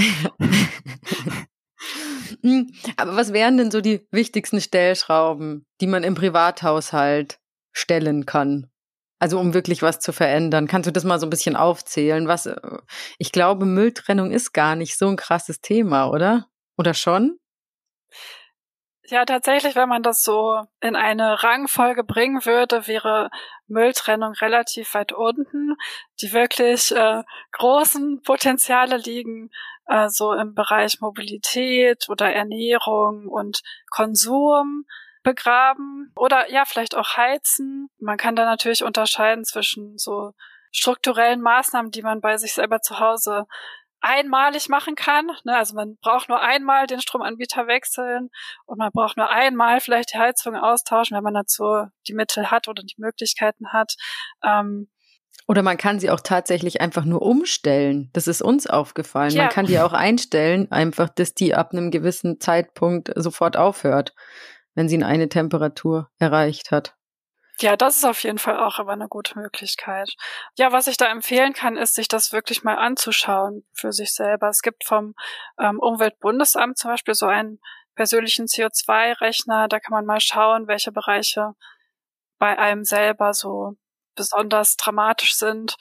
Aber was wären denn so die wichtigsten Stellschrauben, die man im Privathaushalt stellen kann? Also um wirklich was zu verändern. Kannst du das mal so ein bisschen aufzählen? Ich glaube, Mülltrennung ist gar nicht so ein krasses Thema, oder? Oder schon? Ja, tatsächlich, wenn man das so in eine Rangfolge bringen würde, wäre Mülltrennung relativ weit unten. Die wirklich großen Potenziale liegen so im Bereich Mobilität oder Ernährung und Konsum begraben oder ja, vielleicht auch Heizen. Man kann da natürlich unterscheiden zwischen so strukturellen Maßnahmen, die man bei sich selber zu Hause einmalig machen kann. Also man braucht nur einmal den Stromanbieter wechseln und man braucht nur einmal vielleicht die Heizung austauschen, wenn man dazu die Mittel hat oder die Möglichkeiten hat. Oder man kann sie auch tatsächlich einfach nur umstellen. Das ist uns aufgefallen. Ja. Man kann die auch einstellen, einfach, dass die ab einem gewissen Zeitpunkt sofort aufhört, wenn sie eine Temperatur erreicht hat. Ja, das ist auf jeden Fall auch aber eine gute Möglichkeit. Ja, was ich da empfehlen kann, ist, sich das wirklich mal anzuschauen für sich selber. Es gibt vom Umweltbundesamt zum Beispiel so einen persönlichen CO2-Rechner. Da kann man mal schauen, welche Bereiche bei einem selber so besonders dramatisch sind.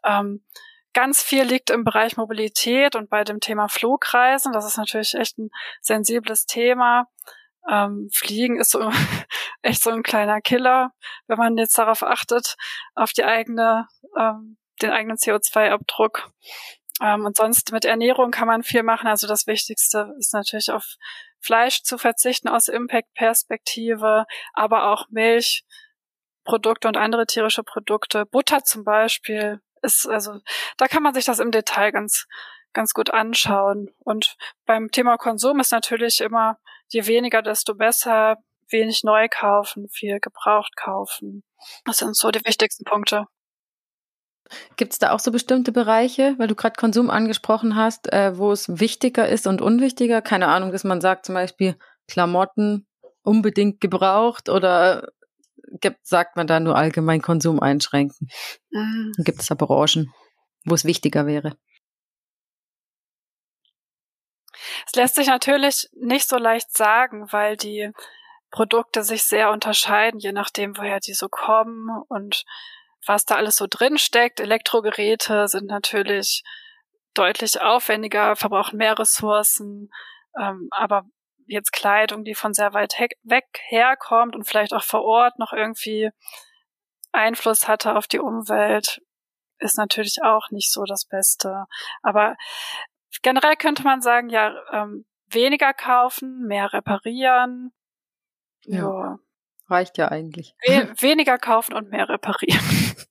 Ganz viel liegt im Bereich Mobilität und bei dem Thema Flugreisen. Das ist natürlich echt ein sensibles Thema. Fliegen ist so echt so ein kleiner Killer, wenn man jetzt darauf achtet, auf den eigenen CO2-Abdruck. Und sonst mit Ernährung kann man viel machen. Also das Wichtigste ist natürlich auf Fleisch zu verzichten aus Impact-Perspektive, aber auch Milchprodukte und andere tierische Produkte. Butter zum Beispiel da kann man sich das im Detail ganz gut anschauen. Und beim Thema Konsum ist natürlich immer, je weniger, desto besser. wenig neu kaufen, viel gebraucht kaufen. Das sind so die wichtigsten Punkte. Gibt es da auch so bestimmte Bereiche, weil du gerade Konsum angesprochen hast, wo es wichtiger ist und unwichtiger? Keine Ahnung, dass man sagt zum Beispiel Klamotten unbedingt gebraucht oder sagt man da nur allgemein Konsum einschränken? Gibt es da Branchen, wo es wichtiger wäre? Es lässt sich natürlich nicht so leicht sagen, weil die Produkte sich sehr unterscheiden, je nachdem, woher die so kommen und was da alles so drin steckt. Elektrogeräte sind natürlich deutlich aufwendiger, verbrauchen mehr Ressourcen, aber jetzt Kleidung, die von sehr weit weg herkommt und vielleicht auch vor Ort noch irgendwie Einfluss hatte auf die Umwelt, ist natürlich auch nicht so das Beste. Aber generell könnte man sagen, ja, weniger kaufen, mehr reparieren. Ja. Reicht ja eigentlich. Weniger kaufen und mehr reparieren.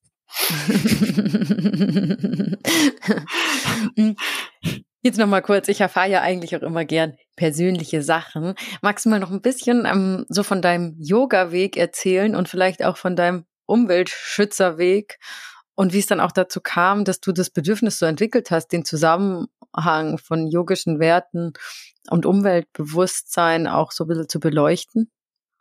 Jetzt nochmal kurz, ich erfahre ja eigentlich auch immer gern persönliche Sachen. Magst du mal noch ein bisschen so von deinem Yoga-Weg erzählen und vielleicht auch von deinem Umweltschützerweg und wie es dann auch dazu kam, dass du das Bedürfnis so entwickelt hast, den Zusammenhang von yogischen Werten und Umweltbewusstsein auch so ein bisschen zu beleuchten?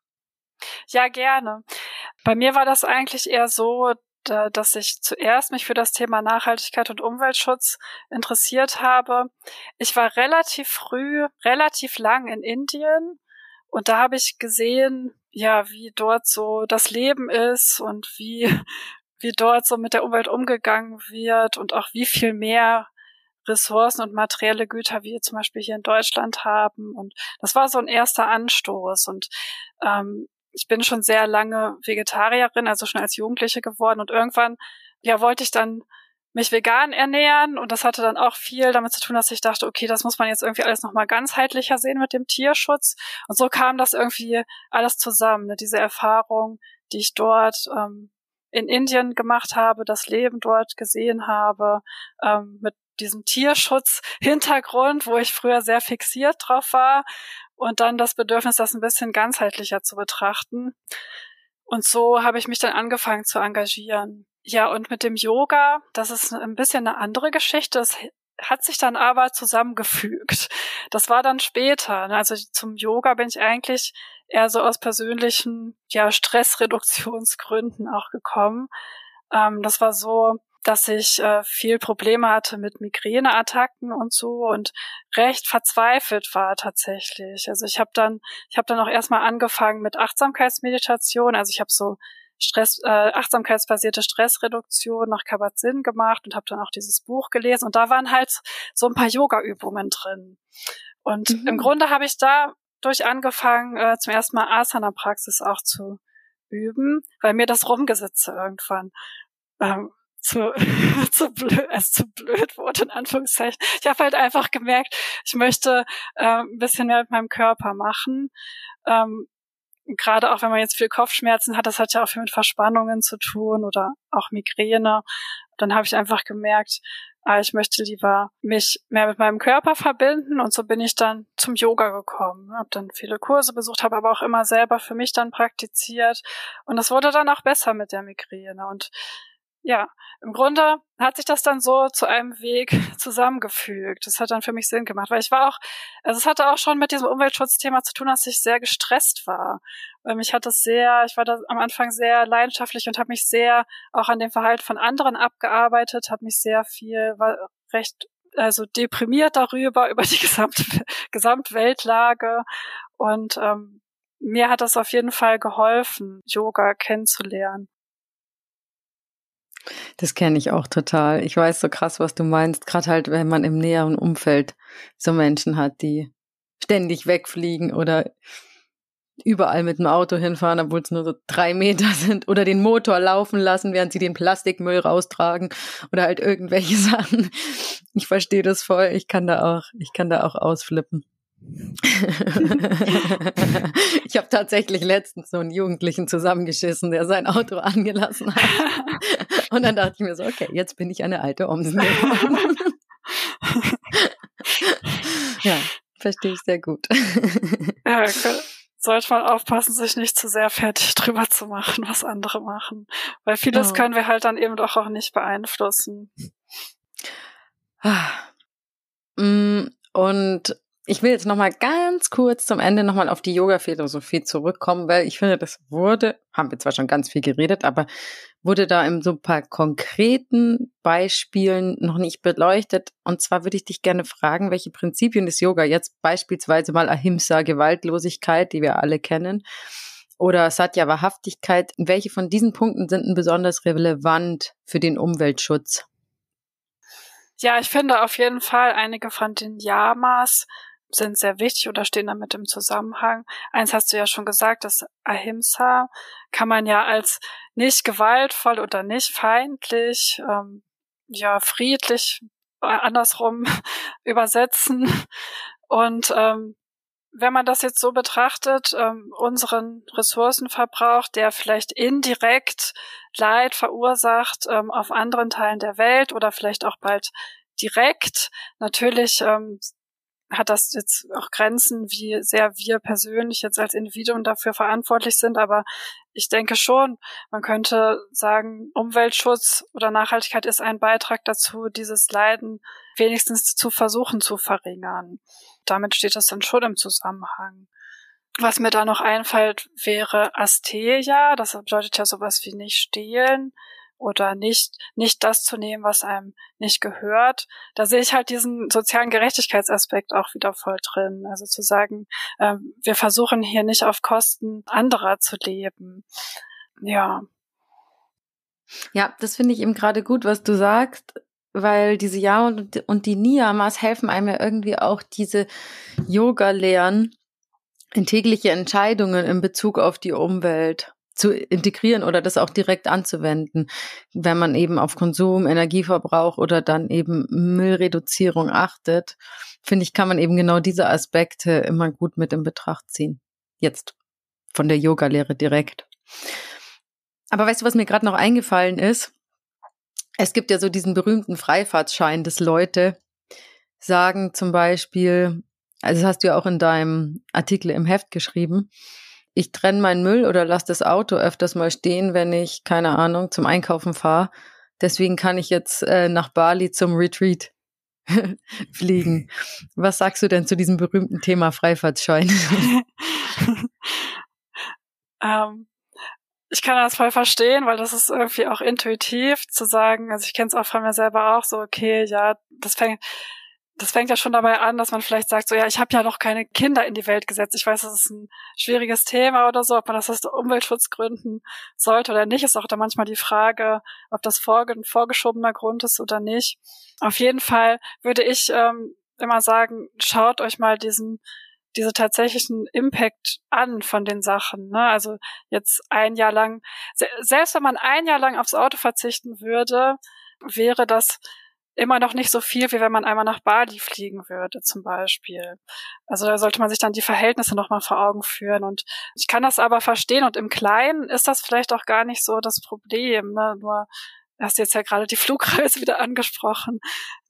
Ja, gerne. Bei mir war das eigentlich eher so, dass ich zuerst mich für das Thema Nachhaltigkeit und Umweltschutz interessiert habe. Ich war relativ früh, relativ lang in Indien und da habe ich gesehen, ja, wie dort so das Leben ist und wie dort so mit der Umwelt umgegangen wird und auch wie viel mehr Ressourcen und materielle Güter wir zum Beispiel hier in Deutschland haben. Und das war so ein erster Anstoß. Und ich bin schon sehr lange Vegetarierin, also schon als Jugendliche geworden. Und irgendwann, ja, wollte ich dann mich vegan ernähren. Und das hatte dann auch viel damit zu tun, dass ich dachte, okay, das muss man jetzt irgendwie alles nochmal ganzheitlicher sehen mit dem Tierschutz. Und so kam das irgendwie alles zusammen, ne? Diese Erfahrung, die ich dort in Indien gemacht habe, das Leben dort gesehen habe, mit diesem Tierschutz-Hintergrund, wo ich früher sehr fixiert drauf war, und dann das Bedürfnis, das ein bisschen ganzheitlicher zu betrachten. Und so habe ich mich dann angefangen zu engagieren. Ja, und mit dem Yoga, das ist ein bisschen eine andere Geschichte. Es hat sich dann aber zusammengefügt. Das war dann später. Also zum Yoga bin ich eigentlich eher so aus persönlichen, ja, Stressreduktionsgründen auch gekommen. Das war so, dass ich viel Probleme hatte mit Migräneattacken und so und recht verzweifelt war tatsächlich. Also ich habe dann auch erstmal angefangen mit Achtsamkeitsmeditation. Also ich habe so achtsamkeitsbasierte Stressreduktion nach Kabat-Zinn gemacht und habe dann auch dieses Buch gelesen und da waren halt so ein paar Yoga-Übungen drin. Und im Grunde habe ich dadurch angefangen, zum ersten Mal Asana-Praxis auch zu üben, weil mir das Rumgesitze irgendwann zu blöd wurde, in Anführungszeichen. Ich habe halt einfach gemerkt, ich möchte ein bisschen mehr mit meinem Körper machen. Gerade auch wenn man jetzt viel Kopfschmerzen hat, das hat ja auch viel mit Verspannungen zu tun oder auch Migräne. Dann habe ich einfach gemerkt, ich möchte lieber mich mehr mit meinem Körper verbinden und so bin ich dann zum Yoga gekommen. Habe dann viele Kurse besucht, habe aber auch immer selber für mich dann praktiziert und das wurde dann auch besser mit der Migräne und ja, im Grunde hat sich das dann so zu einem Weg zusammengefügt. Das hat dann für mich Sinn gemacht, weil es hatte auch schon mit diesem Umweltschutzthema zu tun, dass ich sehr gestresst war. Weil ich war da am Anfang sehr leidenschaftlich und habe mich sehr auch an dem Verhalten von anderen abgearbeitet, war recht deprimiert darüber, über die Gesamtweltlage und mir hat das auf jeden Fall geholfen, Yoga kennenzulernen. Das kenne ich auch total. Ich weiß so krass, was du meinst. Gerade halt, wenn man im näheren Umfeld so Menschen hat, die ständig wegfliegen oder überall mit dem Auto hinfahren, obwohl es nur so 3 Meter sind oder den Motor laufen lassen, während sie den Plastikmüll raustragen oder halt irgendwelche Sachen. Ich verstehe das voll. Ich kann da auch ausflippen. Ich habe tatsächlich letztens so einen Jugendlichen zusammengeschissen, der sein Auto angelassen hat. Und dann dachte ich mir so, okay, jetzt bin ich eine alte Omsen geworden. Ja, verstehe ich sehr gut. Ja, sollte man aufpassen, sich nicht zu sehr fertig drüber zu machen, was andere machen. Weil vieles können wir halt dann eben doch auch nicht beeinflussen. Und ich will jetzt nochmal ganz kurz zum Ende nochmal auf die Yoga-Philosophie zurückkommen, weil ich finde, haben wir zwar schon ganz viel geredet, aber wurde da in so ein paar konkreten Beispielen noch nicht beleuchtet. Und zwar würde ich dich gerne fragen, welche Prinzipien des Yoga, jetzt beispielsweise mal Ahimsa, Gewaltlosigkeit, die wir alle kennen, oder Satya, Wahrhaftigkeit, welche von diesen Punkten sind denn besonders relevant für den Umweltschutz? Ja, ich finde auf jeden Fall, einige von den Yamas sind sehr wichtig oder stehen damit im Zusammenhang. Eins hast du ja schon gesagt, das Ahimsa kann man ja als nicht gewaltvoll oder nicht feindlich, friedlich, andersrum übersetzen. Und wenn man das jetzt so betrachtet, unseren Ressourcenverbrauch, der vielleicht indirekt Leid verursacht auf anderen Teilen der Welt oder vielleicht auch bald direkt, natürlich hat das jetzt auch Grenzen, wie sehr wir persönlich jetzt als Individuen dafür verantwortlich sind. Aber ich denke schon, man könnte sagen, Umweltschutz oder Nachhaltigkeit ist ein Beitrag dazu, dieses Leiden wenigstens zu versuchen zu verringern. Damit steht das dann schon im Zusammenhang. Was mir da noch einfällt, wäre Asteya. Das bedeutet ja sowas wie nicht stehlen oder nicht das zu nehmen, was einem nicht gehört. Da sehe ich halt diesen sozialen Gerechtigkeitsaspekt auch wieder voll drin. Also zu sagen, wir versuchen hier nicht auf Kosten anderer zu leben. Ja. Ja, das finde ich eben gerade gut, was du sagst, weil diese und die Niyamas helfen einem ja irgendwie auch diese Yoga-Lehren in tägliche Entscheidungen in Bezug auf die Umwelt zu integrieren oder das auch direkt anzuwenden, wenn man eben auf Konsum, Energieverbrauch oder dann eben Müllreduzierung achtet, finde ich, kann man eben genau diese Aspekte immer gut mit in Betracht ziehen. Jetzt von der Yoga-Lehre direkt. Aber weißt du, was mir gerade noch eingefallen ist? Es gibt ja so diesen berühmten Freifahrtschein, dass Leute sagen zum Beispiel, also das hast du ja auch in deinem Artikel im Heft geschrieben, ich trenne meinen Müll oder lasse das Auto öfters mal stehen, wenn ich, keine Ahnung, zum Einkaufen fahre. Deswegen kann ich jetzt nach Bali zum Retreat fliegen. Was sagst du denn zu diesem berühmten Thema Freifahrtschein? Ich kann das voll verstehen, weil das ist irgendwie auch intuitiv zu sagen, also ich kenne es auch von mir selber auch so, okay, ja, das fängt ja schon dabei an, dass man vielleicht sagt, so ja, ich habe ja noch keine Kinder in die Welt gesetzt. Ich weiß, das ist ein schwieriges Thema oder so, ob man das aus Umweltschutzgründen sollte oder nicht, ist auch da manchmal die Frage, ob das ein vorgeschobener Grund ist oder nicht. Auf jeden Fall würde ich immer sagen, schaut euch mal diese tatsächlichen Impact an von den Sachen, ne? Also jetzt ein Jahr lang, selbst wenn man ein Jahr lang aufs Auto verzichten würde, wäre das immer noch nicht so viel, wie wenn man einmal nach Bali fliegen würde, zum Beispiel. Also da sollte man sich dann die Verhältnisse nochmal vor Augen führen. Und ich kann das aber verstehen. Und im Kleinen ist das vielleicht auch gar nicht so das Problem, ne? Nur hast jetzt ja gerade die Flugreise wieder angesprochen.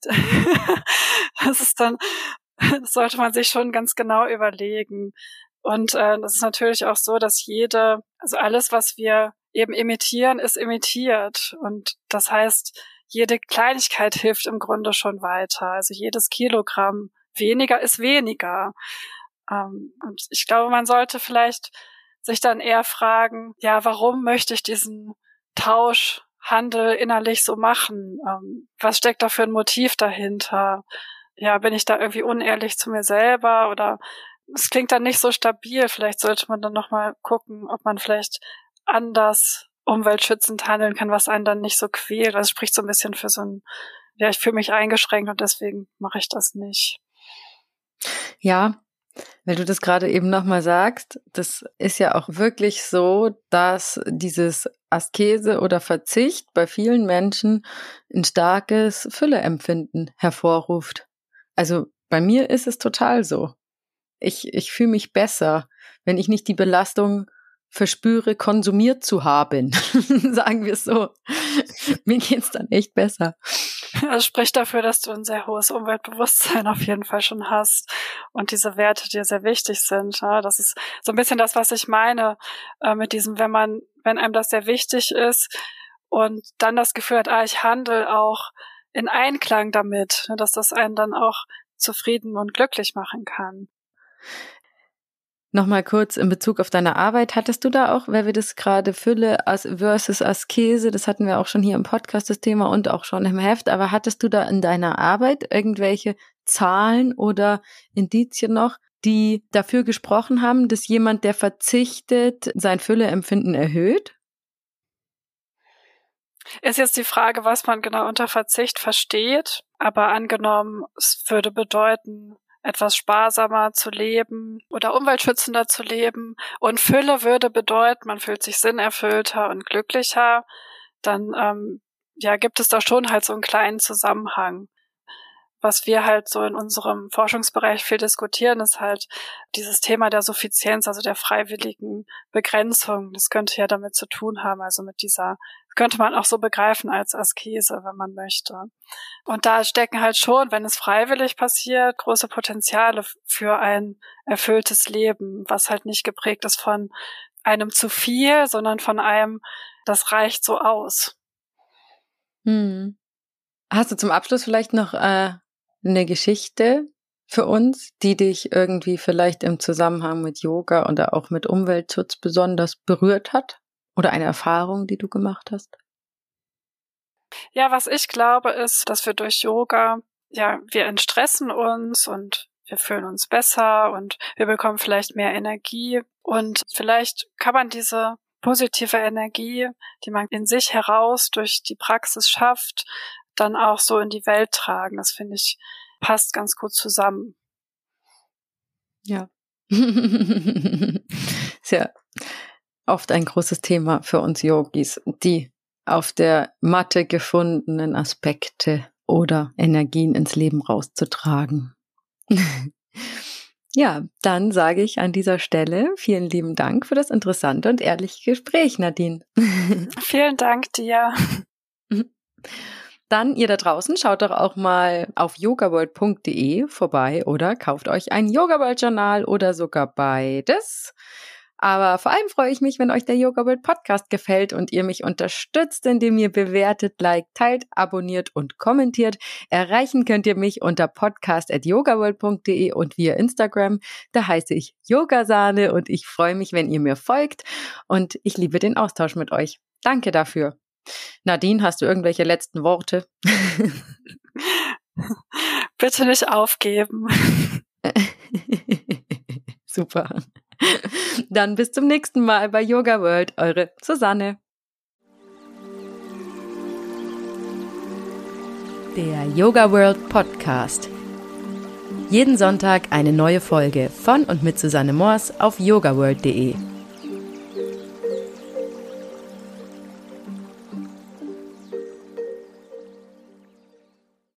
Das sollte man sich schon ganz genau überlegen. Und das ist natürlich auch so, dass also alles, was wir eben emittieren, ist emittiert. Und das heißt, jede Kleinigkeit hilft im Grunde schon weiter. Also jedes Kilogramm weniger ist weniger. Und ich glaube, man sollte vielleicht sich dann eher fragen, ja, warum möchte ich diesen Tauschhandel innerlich so machen? Was steckt da für ein Motiv dahinter? Ja, bin ich da irgendwie unehrlich zu mir selber oder es klingt dann nicht so stabil. Vielleicht sollte man dann nochmal gucken, ob man vielleicht anders umweltschützend handeln kann, was einen dann nicht so quält. Also spricht so ein bisschen für ich fühle mich eingeschränkt und deswegen mache ich das nicht. Ja, weil du das gerade eben nochmal sagst, das ist ja auch wirklich so, dass dieses Askese oder Verzicht bei vielen Menschen ein starkes Fülleempfinden hervorruft. Also bei mir ist es total so. Ich fühle mich besser, wenn ich nicht die Belastung verspüre, konsumiert zu haben. Sagen wir es so. Mir geht's dann echt besser. Es spricht dafür, dass du ein sehr hohes Umweltbewusstsein auf jeden Fall schon hast und diese Werte dir sehr wichtig sind. Ja, das ist so ein bisschen das, was ich meine mit diesem, wenn einem das sehr wichtig ist und dann das Gefühl hat, ich handle auch in Einklang damit, dass das einen dann auch zufrieden und glücklich machen kann. Nochmal kurz in Bezug auf deine Arbeit. Hattest du da auch, weil wir das gerade Fülle versus Askese, das hatten wir auch schon hier im Podcast, das Thema, und auch schon im Heft, aber hattest du da in deiner Arbeit irgendwelche Zahlen oder Indizien noch, die dafür gesprochen haben, dass jemand, der verzichtet, sein Fülleempfinden erhöht? Ist jetzt die Frage, was man genau unter Verzicht versteht, aber angenommen, es würde bedeuten, etwas sparsamer zu leben oder umweltschützender zu leben und Fülle würde bedeuten, man fühlt sich sinnerfüllter und glücklicher, dann gibt es da schon halt so einen kleinen Zusammenhang. Was wir halt so in unserem Forschungsbereich viel diskutieren, ist halt dieses Thema der Suffizienz, also der freiwilligen Begrenzung. Das könnte ja damit zu tun haben, also mit dieser, könnte man auch so begreifen als Askese, wenn man möchte. Und da stecken halt schon, wenn es freiwillig passiert, große Potenziale für ein erfülltes Leben, was halt nicht geprägt ist von einem zu viel, sondern von einem, das reicht so aus. Hast du zum Abschluss vielleicht noch eine Geschichte für uns, die dich irgendwie vielleicht im Zusammenhang mit Yoga oder auch mit Umweltschutz besonders berührt hat? Oder eine Erfahrung, die du gemacht hast? Ja, was ich glaube, ist, dass wir durch Yoga, wir entstressen uns und wir fühlen uns besser und wir bekommen vielleicht mehr Energie. Und vielleicht kann man diese positive Energie, die man in sich heraus durch die Praxis schafft, dann auch so in die Welt tragen. Das finde ich, passt ganz gut zusammen. Ja. Ist ja oft ein großes Thema für uns Yogis, die auf der Matte gefundenen Aspekte oder Energien ins Leben rauszutragen. Ja, dann sage ich an dieser Stelle vielen lieben Dank für das interessante und ehrliche Gespräch, Nadine. Vielen Dank dir. Dann, ihr da draußen, schaut doch auch mal auf yogaworld.de vorbei oder kauft euch ein Yoga-World-Journal oder sogar beides. Aber vor allem freue ich mich, wenn euch der Yoga World Podcast gefällt und ihr mich unterstützt, indem ihr bewertet, liked, teilt, abonniert und kommentiert. Erreichen könnt ihr mich unter podcast@yogaworld.de und via Instagram. Da heiße ich Yogasahne und ich freue mich, wenn ihr mir folgt und ich liebe den Austausch mit euch. Danke dafür. Nadine, hast du irgendwelche letzten Worte? Bitte nicht aufgeben. Super. Dann bis zum nächsten Mal bei Yoga World, eure Susanne. Der Yoga World Podcast. Jeden Sonntag eine neue Folge von und mit Susanne Moors auf yogaworld.de.